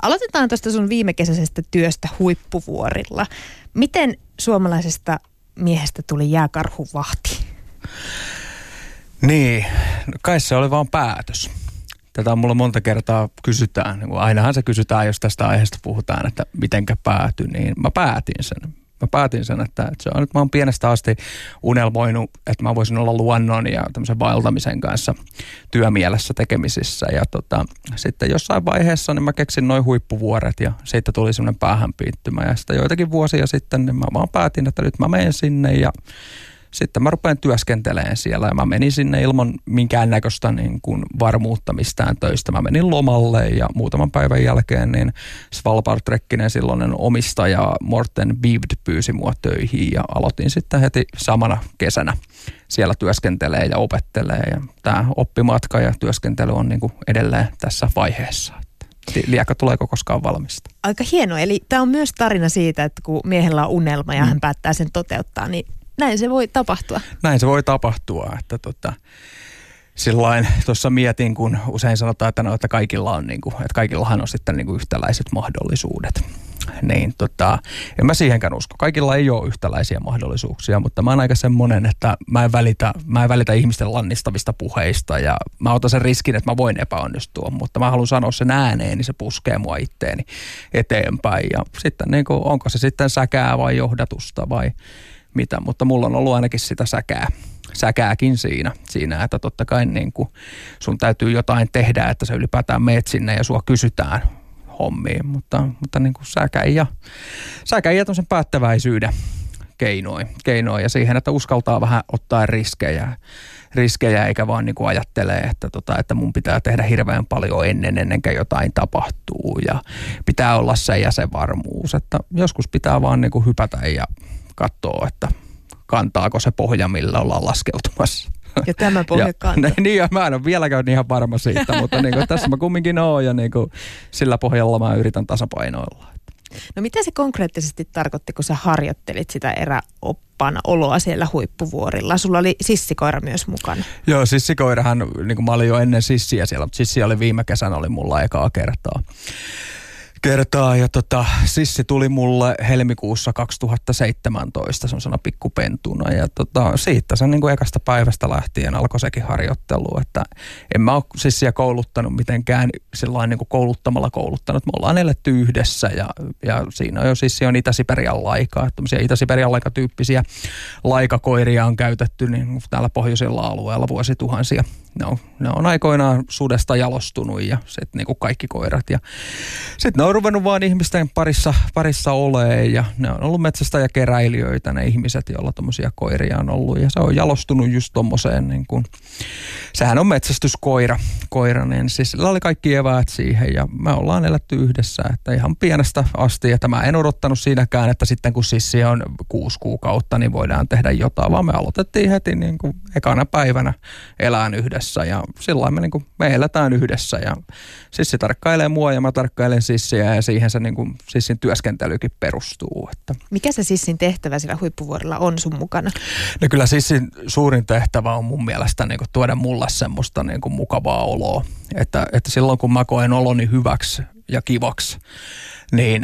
Aloitetaan tuosta sun viimekesäisestä työstä Huippuvuorilla. Miten suomalaisesta miehestä tuli jääkarhuvahti? Niin, kai se oli vaan päätös. Tätä mulla monta kertaa kysytään. Ainahan se kysytään, jos tästä aiheesta puhutaan, että mitenkä päätyi, niin mä päätin sen, että se on nyt, mä oon pienestä asti unelmoinut, että mä voisin olla luonnon ja tämmöisen vaeltamisen kanssa työmielessä tekemisissä. Ja sitten jossain vaiheessa niin mä keksin noin huippuvuoret ja siitä tuli semmoinen päähänpiittymä. Ja sitten joitakin vuosia sitten niin mä vaan päätin, että nyt mä menen sinne ja sitten mä rupean työskentelemään siellä ja mä menin sinne ilman minkäännäköistä niin kuin varmuutta mistään töistä. Mä menin lomalle ja muutaman päivän jälkeen niin Svalbard Trekkinen silloinen omistaja Morten Bivd pyysi mua töihin ja aloitin sitten heti samana kesänä siellä työskentelee ja opettelee. Ja tämä oppimatka ja työskentely on niin kuin edelleen tässä vaiheessa. Liekö tuleeko koskaan valmista? Aika hienoa. Eli tämä on myös tarina siitä, että kun miehellä on unelma ja hän päättää sen toteuttaa, niin näin se voi tapahtua. Näin se voi tapahtua, että sillain tuossa mietin, kun usein sanotaan, että kaikilla on että kaikillahan on sitten yhtäläiset mahdollisuudet. Niin en mä siihenkään usko. Kaikilla ei ole yhtäläisiä mahdollisuuksia, mutta mä oon aika semmoinen, että mä en välitä ihmisten lannistavista puheista ja mä otan sen riskin, että mä voin epäonnistua, mutta mä haluan sanoa sen ääneen, niin se puskee mua itteeni eteenpäin ja sitten onko se sitten säkää vai johdatusta vai mitä, mutta mulla on ollut ainakin sitä säkääkin siinä, että totta kai sun täytyy jotain tehdä, että sä ylipäätään meet sinne ja sua kysytään hommiin, mutta säkäin ja tämmöisen päättäväisyyden keinoin ja siihen, että uskaltaa vähän ottaa riskejä eikä vaan ajattelee, että mun pitää tehdä hirveän paljon ennen kuin jotain tapahtuu ja pitää olla se ja se varmuus, että joskus pitää vaan hypätä ja katsoa, että kantaako se pohja, millä ollaan laskeutumassa. Ja tämä pohja kantaa. Niin, ja mä en ole vieläkään ihan varma siitä, mutta tässä mä kumminkin oon ja sillä pohjalla mä yritän tasapainoilla. No mitä se konkreettisesti tarkoitti, kun sä harjoittelit sitä eräoppana oloa siellä Huippuvuorilla? Sulla oli sissikoira myös mukana. Joo, sissikoirahan, mä olin jo ennen sissiä siellä, mutta sissi oli viime kesänä mulla ekaa kertaa ja sissi tuli mulle helmikuussa 2017 semmoisena pikkupentuna ja siitä sen ekasta päivästä lähtien alkoi sekin harjoittelu, että en mä ole sissiä kouluttanut mitenkään sillain kouluttamalla kouluttanut. Me ollaan eletty yhdessä ja siinä on jo sissi on Itä-Siperian laikaa, tämmöisiä Itä-Siperian laikatyyppisiä laikakoiria on käytetty täällä pohjoisella alueella vuosituhansia. Ne on aikoinaan sudesta jalostunut ja sitten kaikki koirat ja sitten ne on ruvennut vaan ihmisten parissa oleen ja ne on ollut metsästäjäkeräilijöitä ne ihmiset, joilla tommosia koiria on ollut ja se on jalostunut just tommoseen sehän on metsästyskoira, niin siis sillä oli kaikki eväät siihen ja me ollaan eletty yhdessä, että ihan pienestä asti, että mä en odottanut siinäkään, että sitten kun sissi on 6 kuukautta, niin voidaan tehdä jotain, vaan me aloitettiin heti ekana päivänä elään yhdessä ja sillä me eletään yhdessä ja sissi tarkkailee mua ja mä tarkkailen sissiä ja siihen se sissin työskentelykin perustuu. Että. Mikä se sissin tehtävä sillä Huippuvuorilla on sun mukana? No kyllä sissin suurin tehtävä on mun mielestä tuoda mulle semmoista mukavaa oloa, että silloin kun mä koen oloni hyväksi ja kivaksi, niin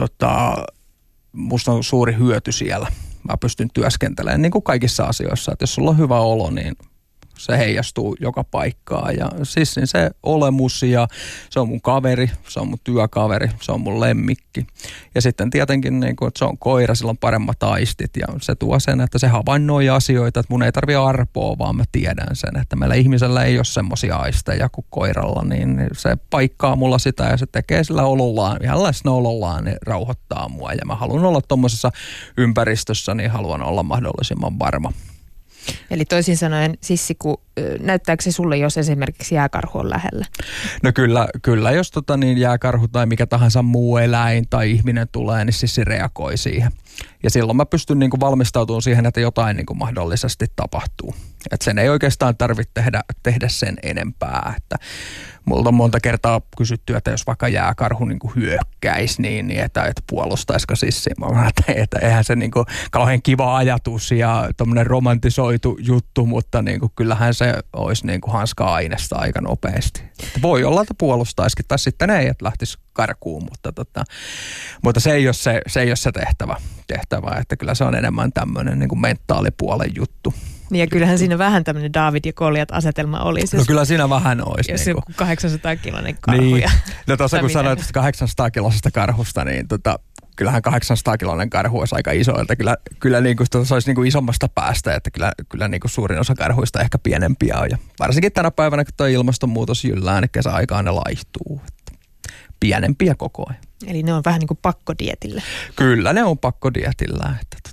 musta on suuri hyöty siellä. Mä pystyn työskentelemään niin kuin kaikissa asioissa, että jos sulla on hyvä olo, niin se heijastuu joka paikkaan ja sissin se olemus ja se on mun kaveri, se on mun työkaveri, se on mun lemmikki. Ja sitten tietenkin, että se on koira, sillä on paremmat aistit ja se tuo sen, että se havainnoi asioita, että mun ei tarvitse arpoa, vaan mä tiedän sen, että meillä ihmisellä ei ole semmoisia aisteja kuin koiralla, niin se paikkaa mulla sitä ja se tekee sillä olollaan, ihan läsnäolollaan, niin rauhoittaa mua ja mä haluan olla tommosessa ympäristössä, niin haluan olla mahdollisimman varma. Eli toisin sanoen, sissi, näyttääkö se sulle, jos esimerkiksi jääkarhu on lähellä? No kyllä jos jääkarhu tai mikä tahansa muu eläin tai ihminen tulee, niin sissi reagoi siihen. Ja silloin mä pystyn valmistautumaan siihen, että jotain mahdollisesti tapahtuu. Että sen ei oikeastaan tarvitse tehdä sen enempää. Että multa on monta kertaa kysytty, että jos vaikka jääkarhu hyökkäisi, niin että puolustaisiko sissi. Mä olen, että eihän se kauhean kiva ajatus ja tommoinen romantisoitu juttu, mutta kyllähän se se olisi niin kuin hanska-aineesta aika nopeasti. Että voi olla, että puolustaisikin, tai sitten ei, että lähtisi karkuun, mutta se ei ole se tehtävä, että kyllä se on enemmän tämmöinen niin kuin mentaalipuolen juttu. Niin ja kyllähän siinä vähän tämmöinen Daavid ja Goljat-asetelma olisi. No kyllä siinä vähän olisi. Jos joku 800-kiloinen karhu. Niin. No tuossa kun sanoit 800-kiloisesta karhusta, niin kyllähän 800-kiloinen karhu olisi aika iso. Että kyllä niin kuin, se olisi niin kuin isommasta päästä, että kyllä niin kuin suurin osa karhuista ehkä pienempiä on. Ja varsinkin tänä päivänä, kun tuo ilmastonmuutos jyllää, niin kesäaikaan ne laihtuu. Että pienempiä koko ajan. Eli ne on vähän niin kuin pakkodietillä. Kyllä ne on pakkodietillä.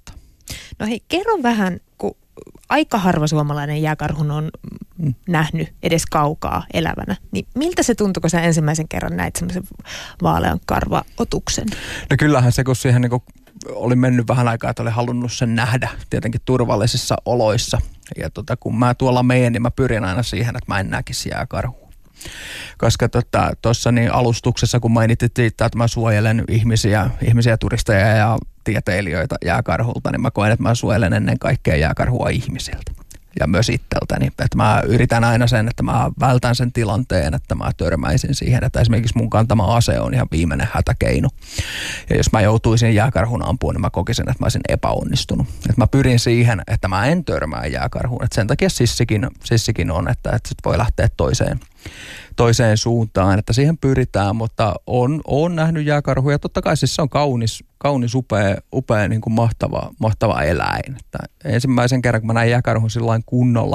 No hei, kerro vähän, kun aika harva suomalainen jääkarhun on nähnyt edes kaukaa elävänä. Niin miltä se tuntui, kun sä ensimmäisen kerran näit semmoisen vaalean karvaotuksen? No kyllähän se, kun siihen niin oli mennyt vähän aikaa, että oli halunnut sen nähdä tietenkin turvallisissa oloissa. Ja kun mä tuolla menen, niin mä pyrin aina siihen, että mä en näkisi jääkarhua. Koska tuossa niin alustuksessa, kun mainitit siitä, että mä suojelen ihmisiä, turisteja ja tieteilijöitä jääkarhulta, niin mä koen, että mä suojelen ennen kaikkea jääkarhua ihmisiltä ja myös itseltäni. Että mä yritän aina sen, että mä vältän sen tilanteen, että mä törmäisin siihen, että esimerkiksi mun kantama ase on ihan viimeinen hätäkeino. Ja jos mä joutuisin jääkarhun ampuun, niin mä kokisin, että mä olisin epäonnistunut. Että mä pyrin siihen, että mä en törmää jääkarhuun. Että sen takia sissikin on, että sit voi lähteä toiseen suuntaan, että siihen pyritään, mutta on nähnyt jääkarhuja. Totta kai siis se on kaunis upea niin kuin mahtava eläin. Että ensimmäisen kerran, kun mä näin jääkarhun sillain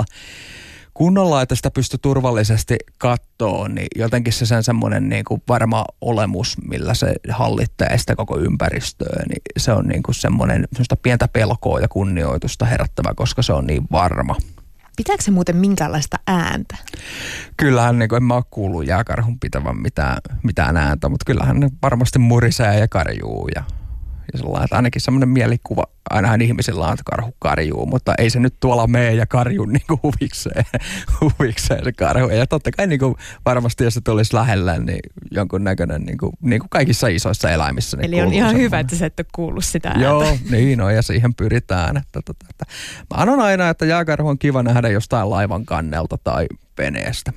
kunnolla, että sitä pystyy turvallisesti kattoon, niin jotenkin se sen semmoinen niin kuin varma olemus, millä se hallitsee sitä koko ympäristöä, niin se on niin kuin semmoista pientä pelkoa ja kunnioitusta herättävä, koska se on niin varma. Pitääkö se muuten minkäänlaista ääntä? Kyllähän, niin kuin en mä ole kuullut jääkarhun pitävän mitään ääntä, mutta kyllähän ne varmasti murisee ja karjuu ja sellainen, että ainakin semmoinen mielikuva, ainahan ihmisillä on, että karhu karjuu, mutta ei se nyt tuolla mene ja karju niin kuin huvikseen se karhu. Ja totta kai niin kuin varmasti, jos se tulisi lähelle, niin jonkunnäköinen, niin kuin kaikissa isoissa eläimissä. Niin eli on ihan hyvä, että sä et ole kuullut sitä ääntä. Joo, niin on, ja siihen pyritään. Että mä anon aina, että jääkarhu on kiva nähdä jostain laivan kannelta tai veneestä.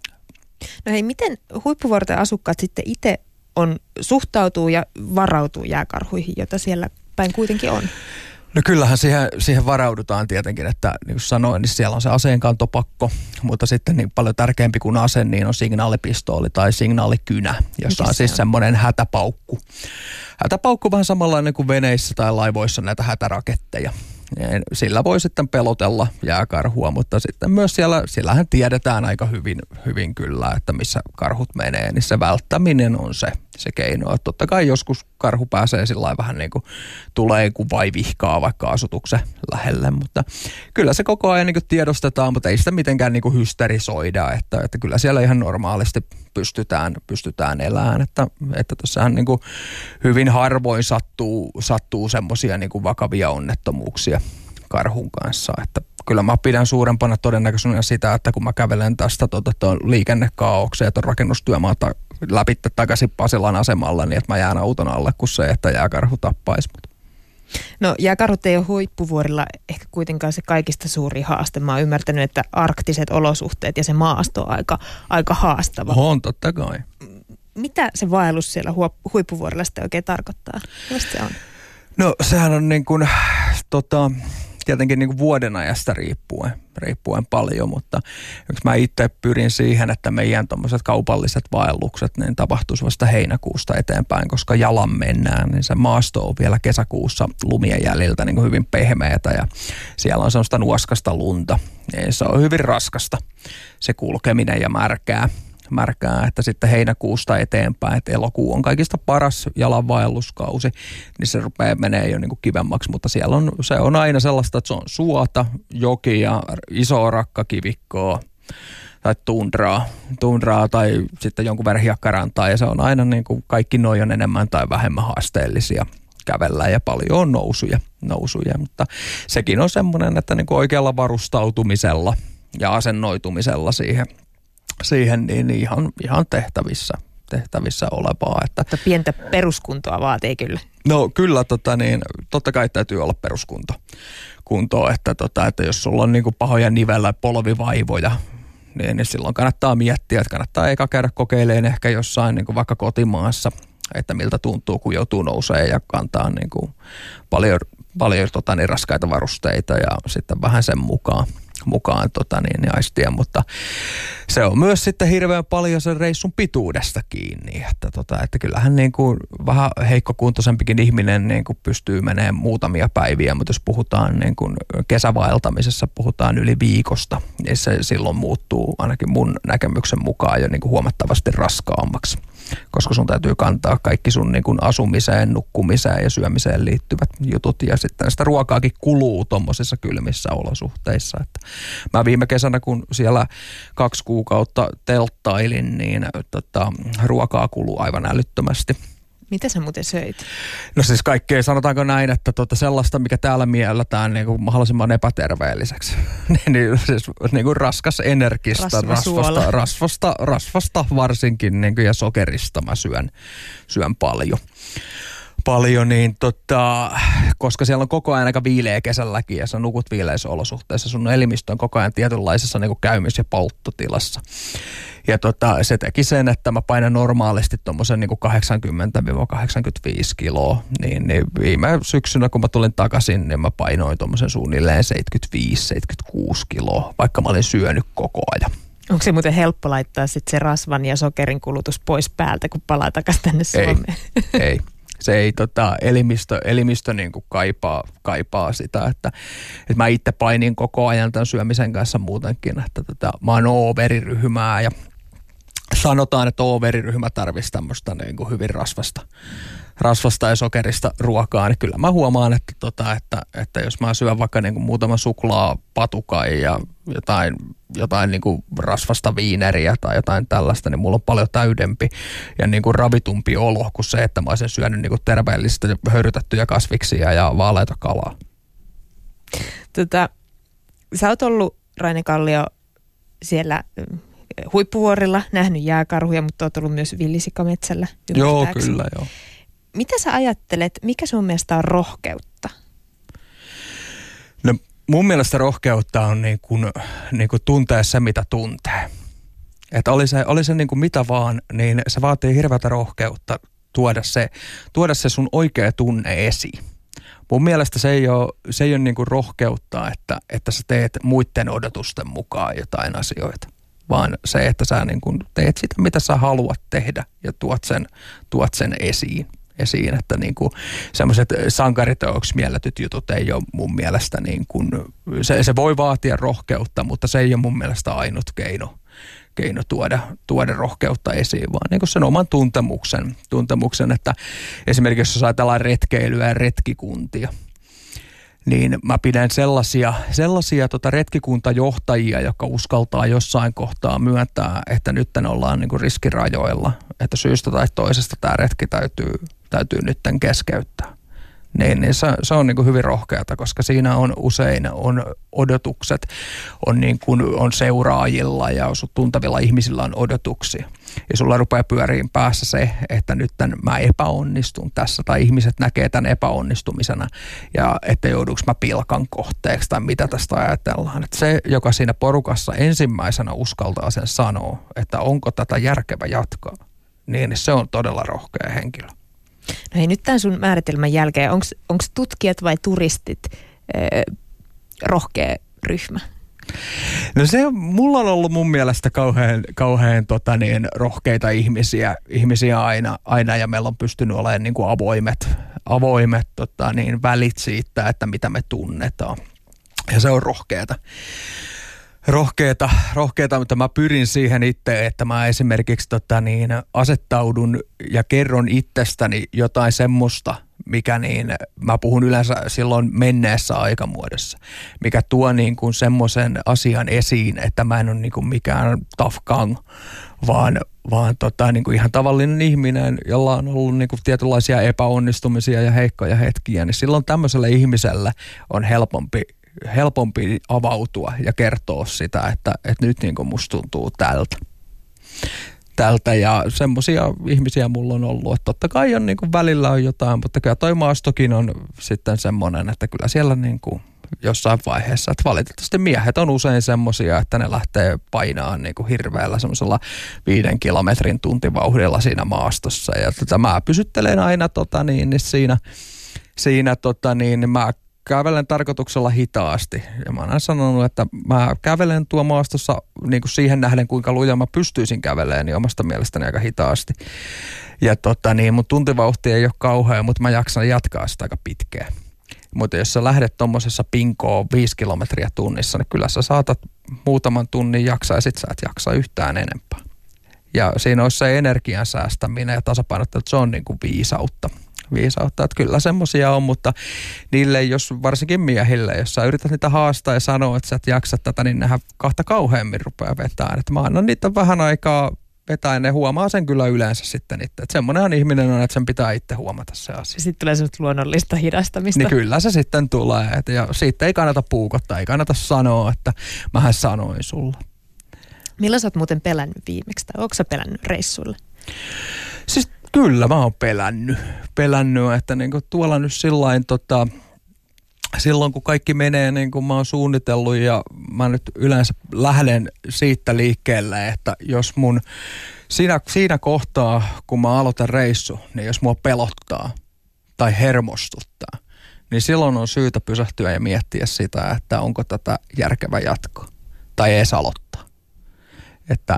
No hei, miten Huippuvuorten asukkaat sitten itse suhtautuu ja varautuu jääkarhuihin, joita siellä päin kuitenkin on? No kyllähän siihen varaudutaan tietenkin, että niin kuin sanoin, niin siellä on se aseenkantopakko, mutta sitten niin paljon tärkeämpi kuin ase, niin on signaalipistooli tai signaalikynä, jossa on siis semmoinen hätäpaukku. Hätäpaukku vähän samanlainen kuin veneissä tai laivoissa näitä hätäraketteja. Sillä voi sitten pelotella jääkarhua, mutta sitten myös siellähän tiedetään aika hyvin kyllä, että missä karhut menee, niin se välttäminen on se keino. Että totta kai joskus karhu pääsee sillä vähän niin kuin tulee kuin vaivihkaa vaikka asutuksen lähelle, mutta kyllä se koko ajan niin kuin tiedostetaan, mutta ei sitä mitenkään niin kuin hysterisoida, että kyllä siellä ihan normaalisti pystytään elämään, että tuossahan niin kuin hyvin harvoin sattuu semmoisia niin kuin vakavia onnettomuuksia karhun kanssa, että kyllä mä pidän suurempana todennäköisenä sitä, että kun mä kävelen tästä liikennekaaokseen ja tuon rakennustyömaata läpi takaisin Pasilan asemalla, niin että mä jään auton alle kuin se, että jääkarhu tappaisi mut. No jääkarhut ei ole Huippuvuorilla ehkä kuitenkaan se kaikista suurin haaste. Mä oon ymmärtänyt, että arktiset olosuhteet ja se maasto on aika haastava. On, totta kai. Mitä se vaellus siellä Huippuvuorilla sitten oikein tarkoittaa? Mistä se on? No sehän on niin kuin, tietenkin niin kuin vuodenajasta riippuen paljon, mutta mä itse pyrin siihen, että meidän tommoset kaupalliset vaellukset niin tapahtuisi vasta heinäkuusta eteenpäin, koska jalan mennään, niin se maasto on vielä kesäkuussa lumien jäljiltä niin kuin hyvin pehmeätä ja siellä on semmoista nuoskasta lunta. Niin se on hyvin raskasta se kulkeminen ja märkää, että sitten heinäkuusta eteenpäin, että elokuu on kaikista paras jalanvaelluskausi, niin se menee jo niin kuin kivemmaksi, mutta se on aina sellaista, että se on suota, jokia, isoa rakkakivikkoa tai tundraa tai sitten jonkun verran hiekkarantaa ja se on aina niin kuin kaikki noi on enemmän tai vähemmän haasteellisia kävellä ja paljon on nousuja, mutta sekin on semmoinen, että niin kuin oikealla varustautumisella ja asennoitumisella siihen niin ihan tehtävissä olevaa. Että pientä peruskuntoa vaatii kyllä. No kyllä, totta kai täytyy olla peruskunto kuntoon, että jos sulla on niin kuin pahoja nivellä polvivaivoja, niin silloin kannattaa miettiä, että kannattaa eka käydä kokeilemaan ehkä jossain niin kuin vaikka kotimaassa, että miltä tuntuu, kun joutuu nousee ja kantaa niin kuin paljon raskaita varusteita ja sitten vähän sen mukaan aistia, mutta se on myös sitten hirveän paljon sen reissun pituudesta kiinni, että kyllähän niin kuin vähän heikkokuntoisempikin ihminen niin kuin pystyy menemään muutamia päiviä, mutta jos puhutaan niin kuin kesävaeltamisessa, puhutaan yli viikosta, niin se silloin muuttuu ainakin mun näkemyksen mukaan jo niin kuin huomattavasti raskaammaksi, koska sun täytyy kantaa kaikki sun niin kuin asumiseen, nukkumiseen ja syömiseen liittyvät jutut ja sitten sitä ruokaakin kuluu tommosissa kylmissä olosuhteissa. Että mä viime kesänä, kun siellä 2 kuukautta telttailin, niin ruokaa kuluu aivan älyttömästi. Mitä sä muuten söit? No siis kaikkea, sanotaanko näin, että sellaista, mikä täällä mielletään niin kuin mahdollisimman epäterveelliseksi. niin siis niin kuin raskas energista, rasvasta varsinkin niin kuin, ja sokerista mä syön paljon, niin koska siellä on koko ajan aika viileä kesälläkin ja sä nukut viileissä olosuhteissa, sun elimistö on koko ajan tietynlaisessa niin kuin käymis- ja polttotilassa. Ja se teki sen, että mä painan normaalisti tommosen niin kuin 80-85 kiloa, niin viime syksynä kun mä tulin takaisin, niin mä painoin tommosen suunnilleen 75-76 kiloa, vaikka mä olin syönyt koko ajan. Onko se muuten helppo laittaa sitten se rasvan ja sokerin kulutus pois päältä, kun palaa takaisin tänne Suomeen? Ei. Se ei elimistö niin kuin kaipaa sitä, että mä itse painin koko ajan tämän syömisen kanssa muutenkin, että mä oon O-veriryhmää ja sanotaan, että O-veriryhmä tarvitsisi tämmöistä niin kuin hyvin rasvasta ja sokerista ruokaa, niin kyllä mä huomaan, että jos mä syön vaikka niin kuin muutaman suklaapatukan ja jotain niin kuin rasvasta viineriä tai jotain tällaista, niin mulla on paljon täydempi ja niin kuin ravitumpi olo kuin se, että mä olisin syönyt niin kuin terveellistä höyrytettyjä kasviksia ja vaaleita kalaa. Sä oot ollut, Raine Kallio, siellä huippuvuorilla, nähnyt jääkarhuja, mutta oot ollut myös villisikametsällä. Joo, kyllä, joo. Mitä sä ajattelet, mikä sun mielestä on rohkeutta? No mun mielestä rohkeutta on niin kuin tuntea se, mitä tuntee. Että oli se niin kuin mitä vaan, niin se vaatii hirveätä rohkeutta tuoda se sun oikea tunne esiin. Mun mielestä se ei ole niin kuin rohkeutta, että sä teet muiden odotusten mukaan jotain asioita, vaan se, että sä niin kuin teet sitä, mitä sä haluat tehdä ja tuot sen esiin, että niin kuin semmoiset sankariteoksi mielletyt jutut ei ole mun mielestä niin kuin, se voi vaatia rohkeutta, mutta se ei ole mun mielestä ainut keino tuoda rohkeutta esiin, vaan niin kuin sen oman tuntemuksen, että esimerkiksi jos ajatellaan retkeilyä ja retkikuntia, niin mä pidän sellaisia retkikuntajohtajia, jotka uskaltaa jossain kohtaa myöntää, että nyt ollaan niin kuin riskirajoilla, että syystä tai toisesta tämä retki täytyy nytten keskeyttää. Niin se on niin kuin hyvin rohkeata, koska siinä on usein odotukset, on seuraajilla ja sut tuntavilla ihmisillä on odotuksia. Ja sulla rupeaa pyöriin päässä se, että nyt mä epäonnistun tässä tai ihmiset näkee tämän epäonnistumisena ja että jouduuko mä pilkan kohteeksi tai mitä tästä ajatellaan. Että se, joka siinä porukassa ensimmäisenä uskaltaa sen sanoa, että onko tätä järkevä jatkaa, niin se on todella rohkea henkilö. No hei, nyt tämän sun määritelmän jälkeen, onko tutkijat vai turistit rohkea ryhmä? No mulla on ollut mun mielestä kauhean rohkeita ihmisiä aina ja meillä on pystynyt olemaan niin kuin avoimet välit siitä, että mitä me tunnetaan. Ja se on rohkeata, mutta mä pyrin siihen itse, että mä esimerkiksi asettaudun ja kerron itsestäni jotain semmoista, mikä mä puhun yleensä silloin menneessä aikamuodossa, mikä tuo niin kuin semmoisen asian esiin, että mä en ole niin kuin mikään tough gang, vaan niin kuin ihan tavallinen ihminen, jolla on ollut niin kuin tietynlaisia epäonnistumisia ja heikkoja hetkiä, niin silloin tämmöiselle ihmiselle on helpompi avautua ja kertoa sitä, että nyt niin kuin musta tuntuu tältä. tältä ja semmoisia ihmisiä mulla on ollut, että totta kai on niin kuin välillä on jotain, mutta kyllä toi maastokin on sitten semmoinen, että kyllä siellä niin kuin jossain vaiheessa, että valitettavasti miehet on usein semmoisia, että ne lähtee painaan niin kuin hirveällä semmoisella 5 kilometrin tuntivauhdilla siinä maastossa ja mä pysyttelen aina siinä mä kävelen tarkoituksella hitaasti. Ja mä oon sanonut, että mä kävelen tuo maastossa niin kuin siihen nähden, kuinka lujaa mä pystyisin kävelemään, niin omasta mielestäni aika hitaasti. Ja mun tuntivauhti ei ole kauhea, mutta mä jaksan jatkaa sitä aika pitkään. Mutta jos sä lähdet tommosessa pinkoon 5 kilometriä tunnissa, niin kyllä sä saatat muutaman tunnin jaksaa ja sit sä et jaksa yhtään enempää. Ja siinä olisi se energian säästäminen ja tasapainottelu, että se on niin kuin viisautta, että kyllä semmoisia on, mutta niille, jos varsinkin miehille, jos sä yrität niitä haastaa ja sanoa, että sä et jaksa tätä, niin nehän kahta kauheammin rupeaa vetämään. Että mä annan niitä vähän aikaa vetää ja ne huomaa sen kyllä yleensä sitten itse. Että semmoinenhan ihminen on, että sen pitää itse huomata se asia. Sitten tulee semmoista luonnollista hidastamista. Niin kyllä se sitten tulee. Ja siitä ei kannata puukottaa, ei kannata sanoa, että mähän sanoin sulle. Milloin sä oot muuten pelännyt viimeksi tai ootko sä pelännyt reissuille? Siis kyllä mä oon pelännyt, että niinku tuolla nyt sillain silloin kun kaikki menee niin kuin mä oon suunnitellut ja mä nyt yleensä lähden siitä liikkeelle, että jos mun siinä kohtaa, kun mä aloitan reissu, niin jos mua pelottaa tai hermostuttaa, niin silloin on syytä pysähtyä ja miettiä sitä, että onko tätä järkevä jatkoa tai edes aloittaa. Että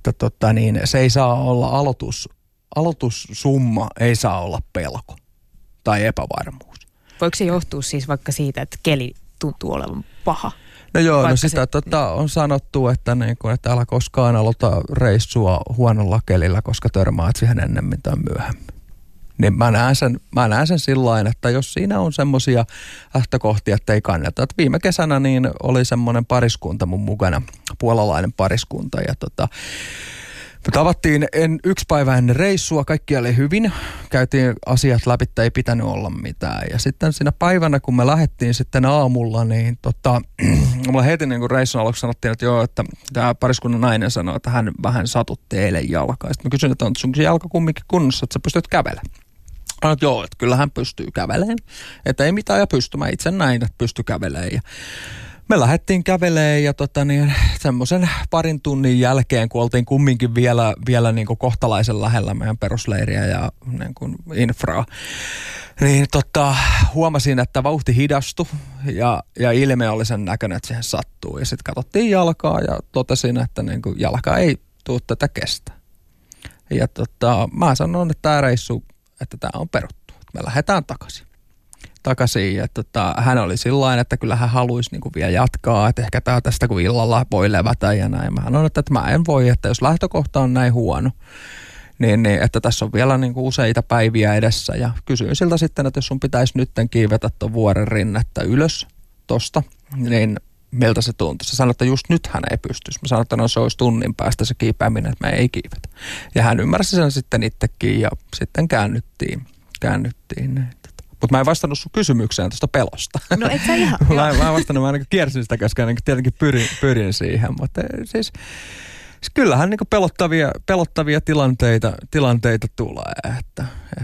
se ei saa olla aloitussumma ei saa olla pelko tai epävarmuus. Voiko se johtua siis vaikka siitä, että keli tuntuu olevan paha? No joo, vaikka sitä on sanottu, että älä koskaan aloita reissua huonolla kelillä, koska törmäät siihen ennemmin tai myöhemmin. Niin mä näen sen sillain, että jos siinä on semmoisia lähtökohtia, että ei kannata. Että viime kesänä niin oli semmoinen pariskunta mun mukana, puolalainen pariskunta ja me tavattiin yksi päivä ennen reissua, kaikki oli hyvin, käytiin asiat läpi, ei pitänyt olla mitään. Ja sitten siinä päivänä, kun me lähdettiin sitten aamulla, niin mulla heti niin kuin reissun aluksi sanottiin, että joo, että tämä pariskunnan nainen sanoi, että hän vähän satutti eilen jalkaa. Sitten mä kysyin, että on sun jalka kumminkin kunnossa, että sä pystyt kävelemään. Sanoin, että joo, että kyllä hän pystyy kävelemään, että ei mitään ja pysty, mä itse näin, että pysty kävelemään ja me lähdettiin kävelemään ja semmoisen parin tunnin jälkeen, kun oltiin kumminkin vielä niin kuin kohtalaisen lähellä meidän perusleiriä ja niin kuin infraa, niin huomasin, että vauhti hidastui ja ilme oli sen näköinen, että siihen sattuu. Ja sitten katsottiin jalkaa ja totesin, että niin kuin jalka ei tule tätä kestä. Ja mä sanon, että tämä reissu, että tämä on peruttu. Me lähdetään takaisin ja hän oli sillain, että kyllä hän haluaisi niin kuin vielä jatkaa, että ehkä tämä tästä kun illalla voi levätä ja näin. Mä sanon, että mä en voi, että jos lähtökohta on näin huono, niin että tässä on vielä niin kuin useita päiviä edessä ja kysyin siltä sitten, että jos sun pitäisi nytten kiivetä tuon vuoren rinnettä ylös tosta, niin miltä se tuntuu? Se sanoi, että just nyt hän ei pystyisi. Mä sanoin, että no se olisi tunnin päästä se kiipeäminen, että me ei kiivetä. Ja hän ymmärsi sen sitten itsekin ja sitten käännyttiin. Mutta mä en vastannut sun kysymykseen tuosta pelosta. No et sä ihan. Mä en vastannut, mä ainakin kiersin sitä, koska ainakin tietenkin pyrin siihen. Mutta siis kyllähän niin pelottavia tilanteita tulee. Että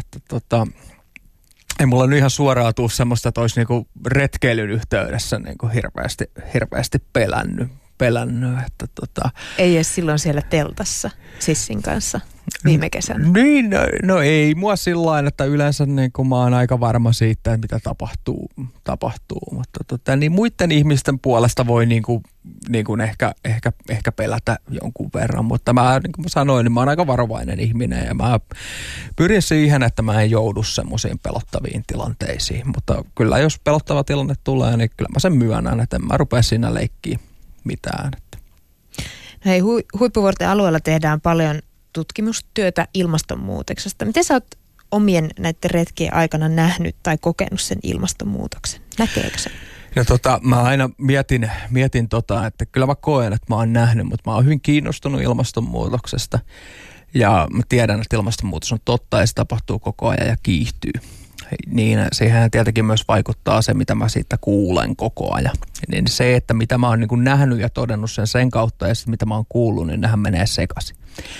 ei mulla nyt ihan suoraan tule semmoista, että olisi niin retkeilyn yhteydessä niin hirveästi pelännyt. Että Ei edes silloin siellä teltassa sissin kanssa viime kesänä. Niin, no ei mua sillain, että yleensä niin kuin mä oon aika varma siitä, että mitä tapahtuu. Mutta niin muiden ihmisten puolesta voi niin kuin ehkä pelätä jonkun verran, mutta niin kuin mä sanoin, niin mä oon aika varovainen ihminen ja mä pyrin siihen, että mä en joudu semmoisiin pelottaviin tilanteisiin. Mutta kyllä jos pelottava tilanne tulee, niin kyllä mä sen myönnän, että en mä rupea siinä leikkiä mitään. Hei, Huippuvuorten alueella tehdään paljon tutkimustyötä ilmastonmuutoksesta. Miten sä oot omien näiden retkien aikana nähnyt tai kokenut sen ilmastonmuutoksen? Näkeekö se? No mä aina mietin että kyllä mä koen, että mä oon nähnyt, mutta mä oon hyvin kiinnostunut ilmastonmuutoksesta. Ja mä tiedän, että ilmastonmuutos on totta ja se tapahtuu koko ajan ja kiihtyy. Niin siihen tietenkin myös vaikuttaa se, mitä mä siitä kuulen koko ajan. Niin se, että mitä mä oon niin kuin nähnyt ja todennut sen kautta ja sitten mitä mä oon kuullut, niin nehän menee sekaisin.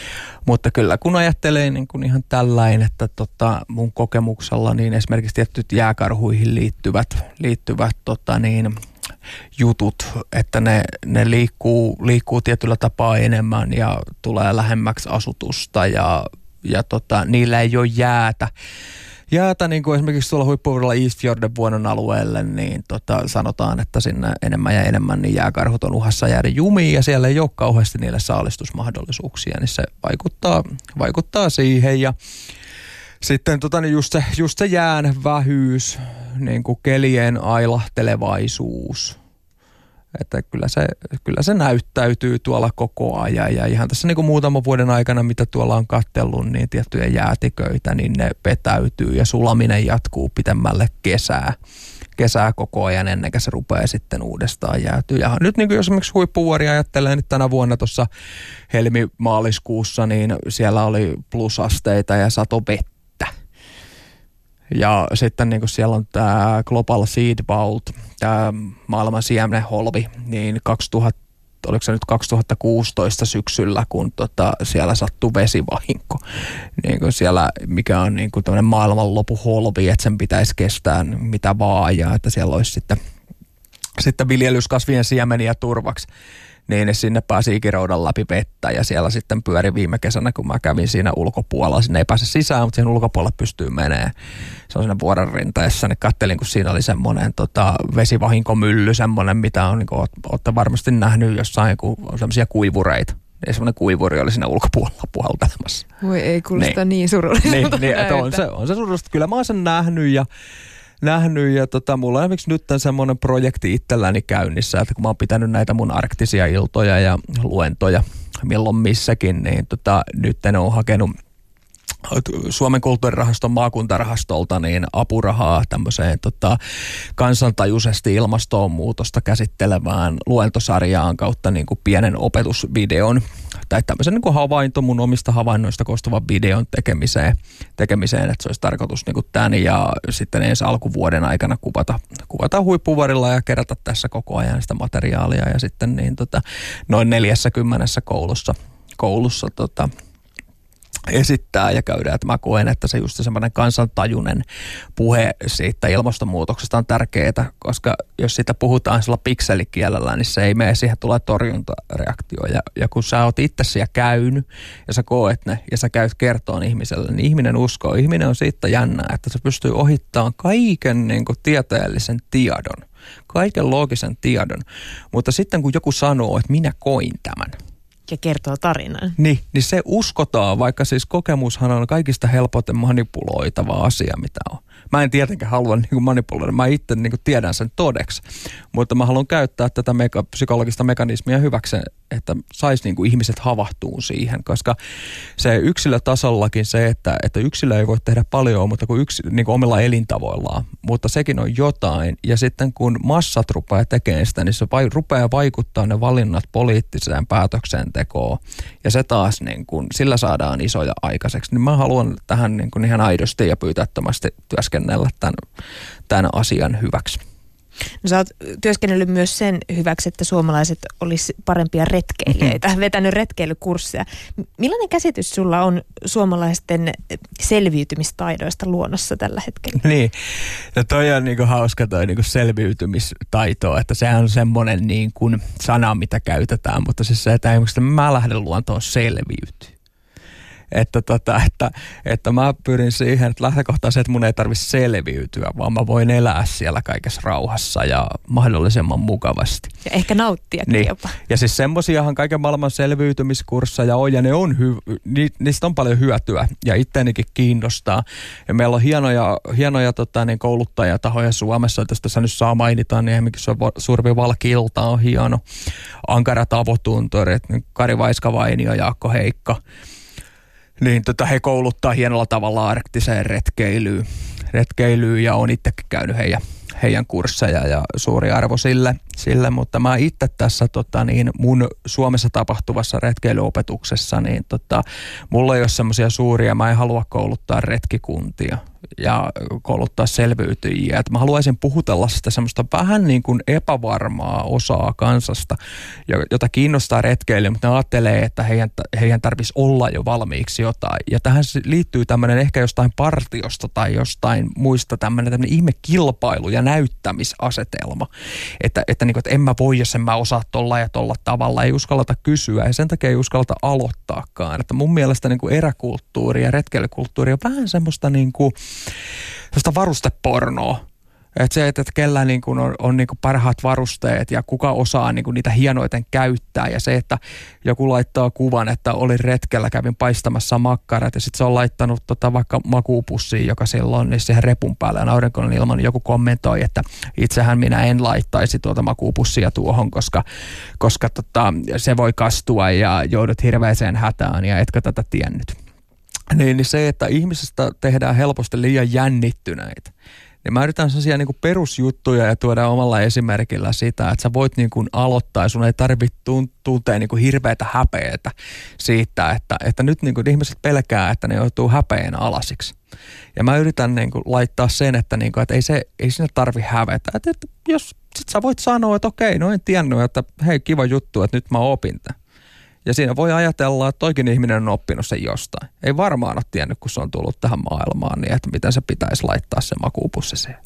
Mutta kyllä kun ajattelee niin kuin ihan tällainen, että mun kokemuksella niin esimerkiksi tietyt jääkarhuihin liittyvät jutut, että ne liikkuu tietyllä tapaa enemmän ja tulee lähemmäksi asutusta ja niillä ei ole jäätä niin kuin esimerkiksi tuolla huippuvuodella Eastfjorden vuonon alueelle, niin sanotaan, että sinne enemmän ja enemmän niin jääkarhut on uhassa jäädä jumiin ja siellä ei ole kauheasti niille saalistusmahdollisuuksia, niin se vaikuttaa siihen ja sitten just se jään vähyys, niin kuin kelien ailahtelevaisuus, että kyllä se näyttäytyy tuolla koko ajan ja ihan tässä niin kuin muutaman vuoden aikana, mitä tuolla on katsellut, niin tiettyjä jäätiköitä, niin ne vetäytyy ja sulaminen jatkuu pitemmälle kesää koko ajan ennen kuin se rupeaa sitten uudestaan jäätyä. Ja nyt niin kuin jos esimerkiksi huippuvuori ajattelee nyt tänä vuonna tuossa helmi-maaliskuussa, niin siellä oli plusasteita ja sato vettä. Ja sitten niin kuin siellä on tämä Global Seed Vault, tämä maailman siemenholvi, niin oliko se nyt 2016 syksyllä, kun siellä sattui vesivahinko. Niin kuin siellä, mikä on niin kuin tämmöinen maailmanlopuholvi, että sen pitäisi kestää mitä vaan, ja että siellä olisi sitten viljelyskasvien siemeniä turvaksi. Niin ne sinne pääsi ikiroudan läpi vettä ja siellä sitten pyöri viime kesänä, kun mä kävin siinä ulkopuolella. Sinne ei pääse sisään, mutta siihen ulkopuolella pystyy menemään. Se on siinä vuoren rinteessä. Niin kattelin, kun siinä oli semmoinen vesivahinkomylly, semmoinen, mitä on, niin kuin, olette varmasti nähnyt jossain semmoisia kuivureita. Ja semmoinen kuivuri oli siinä ulkopuolella puhaltelemassa. Voi ei kuulosta niin surulliselta. Niin, että on se surullista. Kyllä mä oon sen nähnyt ja mulla on esimerkiksi nyt semmoinen projekti itselläni käynnissä, että kun mä oon pitänyt näitä mun arktisia iltoja ja luentoja milloin missäkin, niin nyt ne on hakenut Suomen kulttuurirahaston maakuntarahastolta niin apurahaa tämmöiseen kansantajuisesti ilmastonmuutosta käsittelevään luentosarjaan kautta niin kuin pienen opetusvideon tai tämmöisen niin kuin mun omista havainnoista koostuvan videon tekemiseen, että se olisi tarkoitus niin kuin tämän ja sitten ensi alkuvuoden aikana kuvata huippuvuorilla ja kerätä tässä koko ajan sitä materiaalia ja sitten niin noin 40 koulussa esittää ja käydään, että mä koen, että se just semmoinen kansantajuinen puhe siitä ilmastonmuutoksesta on tärkeää, koska jos siitä puhutaan sillä pikselikielellä, niin se ei mene, siihen tulee torjuntareaktio. Ja kun sä oot itse siellä käynyt ja sä koet ne ja sä käyt kertoon ihmiselle, niin ihminen uskoo. Ihminen on siitä jännää, että se pystyy ohittamaan kaiken niin kuin tieteellisen tiedon, kaiken loogisen tiedon. Mutta sitten kun joku sanoo, että minä koin tämän, ja kertoo tarinan. Niin se uskotaan, vaikka siis kokemushan on kaikista helpoiten manipuloitava asia, mitä on. Mä en tietenkään halua niin kuin manipuloida, mä itse niin kuin tiedän sen todeksi, mutta mä haluan käyttää tätä psykologista mekanismia hyväksi, että saisi niin kuin ihmiset havahtuu siihen, koska se yksilötasollakin se, että yksilö ei voi tehdä paljon, mutta kun niin kuin omilla elintavoillaan, mutta sekin on jotain, ja sitten kun massat rupeaa tekemään sitä, niin se rupeaa vaikuttaa ne valinnat poliittiseen päätöksentekoon, ja se taas niin kuin, sillä saadaan isoja aikaiseksi, niin mä haluan tähän niin kuin ihan aidosti ja pyytättömästi työskennellä tämän asian hyväksi. No sä oot työskennellyt myös sen hyväksi, että suomalaiset olisi parempia retkeilijöitä, vetänyt retkeilykursseja. Millainen käsitys sulla on suomalaisten selviytymistaidoista luonnossa tällä hetkellä? Niin, no toi on niinku hauska toi niinku selviytymistaito, että sehän on semmoinen niinku sana, mitä käytetään, mutta siis se, että mä lähden luontoon selviytyä. Että mä pyrin siihen, että lähtökohtaan se, että mun ei tarvitse selviytyä, vaan mä voin elää siellä kaikessa rauhassa ja mahdollisimman mukavasti. Ja ehkä nauttiakin niin. Jopa. Ja siis semmosiahan kaiken maailman selviytymiskursseja on, ja ne on niistä on paljon hyötyä, ja itteenikin kiinnostaa. Ja meillä on hienoja kouluttajatahoja Suomessa, että jos tässä nyt saa mainita, niin esimerkiksi Survi Valki-ilta on hieno. Ankarat avotunturit, Kari Vaiskavainio, Jaakko Heikka. Niin he kouluttaa hienolla tavalla arktiseen retkeilyyn ja on itsekin käynyt heidän kursseja ja suuri arvo sille, mutta mä itse tässä mun Suomessa tapahtuvassa retkeilyopetuksessa, niin mulla ei ole semmoisia suuria, mä en halua kouluttaa retkikuntia. ja kouluttaa selviytyjiä. Että mä haluaisin puhutella sitä semmoista vähän niin kuin epävarmaa osaa kansasta, jota kiinnostaa retkeily, mutta ne ajattelee, että heidän tarvitsisi olla jo valmiiksi jotain. Ja tähän liittyy tämmöinen ehkä jostain partiosta tai jostain muista tämmöinen ihme kilpailu ja näyttämisasetelma. Että en mä voi, jos en mä osaa tolla ja tolla tavalla. Ei uskalleta kysyä ja sen takia ei uskalleta aloittaakaan. Että mun mielestä niin kuin eräkulttuuri ja retkeilykulttuuri on vähän semmoista niin kuin varustepornoa. Että se, että kellä niin kuin on niin kuin parhaat varusteet ja kuka osaa niin kuin niitä hienoiten käyttää. Ja se, että joku laittaa kuvan, että olin retkellä, kävin paistamassa makkarat ja sitten se on laittanut vaikka makuupussiin, joka silloin niin siihen repun päälle ja aurinkoinen ilman, niin joku kommentoi, että itsehän minä en laittaisi tuota makuupussia tuohon, koska se voi kastua ja joudut hirveäseen hätään ja etkö tätä tiennyt. Niin se, että ihmisestä tehdään helposti liian jännittyneitä. Niin mä yritän sellaisia niin kuin perusjuttuja ja tuoda omalla esimerkillä sitä, että sä voit niin kuin aloittaa ja sun ei tarvitse tuntea niin kuin hirveätä häpeätä siitä, että nyt niin kuin ihmiset pelkää, että ne joutuu häpeän alasiksi. Ja mä yritän niin kuin laittaa sen, että ei sinne tarvi hävetä. Että jos sit sä voit sanoa, että okei, no en tiennyt, että hei kiva juttu, että nyt mä opin tämän. Ja siinä voi ajatella, että toikin ihminen on oppinut sen jostain. Ei varmaan ole tiennyt, kun se on tullut tähän maailmaan, niin että miten se pitäisi laittaa se makuupussi siihen.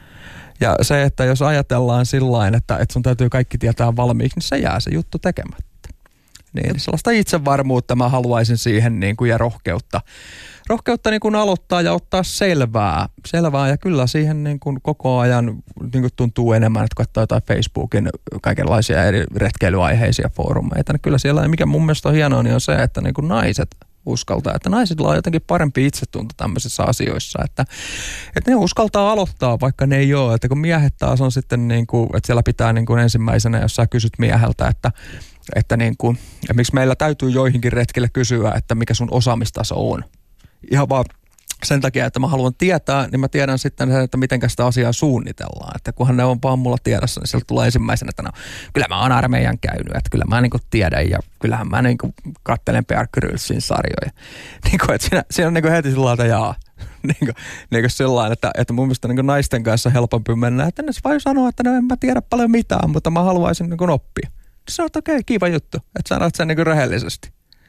Ja se, että jos ajatellaan sillain, että sun täytyy kaikki tietää valmiiksi, niin se jää se juttu tekemättä. Niin sellaista itsevarmuutta mä haluaisin siihen niin kuin, ja rohkeutta niin kuin aloittaa ja ottaa selvää. Ja kyllä siihen niin kuin koko ajan niin kuin tuntuu enemmän, että katsoo jotain Facebookin kaikenlaisia eri retkeilyaiheisia foorumeita. Niin kyllä siellä, mikä mun mielestä on hienoa, niin on se, että niin kuin naiset uskaltaa. Että naisilla on jotenkin parempi itsetunto tämmöisissä asioissa. Että ne uskaltaa aloittaa, vaikka ne ei ole. Että kun miehet taas on sitten niin kuin, että siellä pitää niin kuin ensimmäisenä, jos sä kysyt mieheltä, että niin kuin, ja miksi meillä täytyy joihinkin retkille kysyä, että mikä sun osaamistaso on. Ihan vaan sen takia, että mä haluan tietää, niin mä tiedän sitten sen, että miten sitä asiaa suunnitellaan. Että kunhan ne on vaan mulla tiedossa, niin sieltä tulee ensimmäisenä, että no, kyllä mä oon armeijan käynyt, että kyllä mä niinku tiedän ja kyllähän mä niinku katselen Bear Gryllsin sarjoja. Niinku, että siinä on niinku heti sillä lailla, jaa. Niinku sellainen, että mun mielestä niinku naisten kanssa helpompi mennä, että ne voi sanoa, että no en mä tiedä paljon mitään, mutta mä haluaisin niinku oppia. Se on okei, kiva juttu, että sanot sen niinku rehellisesti.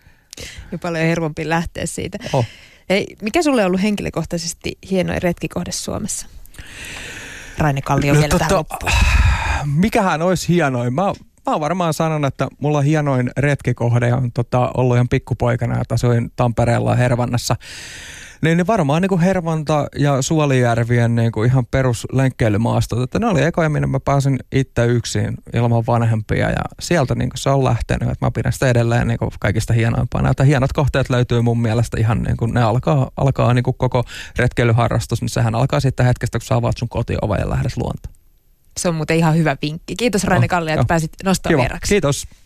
Ja paljon helpompi lähteä siitä. Ei, mikä sulle on ollut henkilökohtaisesti hienoin retkikohde Suomessa? Raine Kallio vielä tähän loppuun. Mikähän olisi hienoin? Mä varmaan sanon, että mulla hienoin retkikohde on ollut ihan pikkupoikana, että asuin Tampereella Hervannassa. Niin varmaan niin kuin Hervanta ja Suolijärvien niin kuin ihan peruslenkkeilymaastot. Että ne oli ekoja, minne mä pääsin itse yksin ilman vanhempia ja sieltä niin kuin se on lähtenyt. Että mä pidän sitä edelleen niin kuin kaikista hienoimpana. Että hienot kohteet löytyy mun mielestä ihan niin kuin ne alkaa niin kuin koko retkeilyharrastus, niin sehän alkaa sitten hetkestä, kun sä avaat sun kotioven ja lähdet luontoon. Se on muuten ihan hyvä vinkki. Kiitos Raine Kallio, että pääsit nostamaan vieraksi. Kiitos.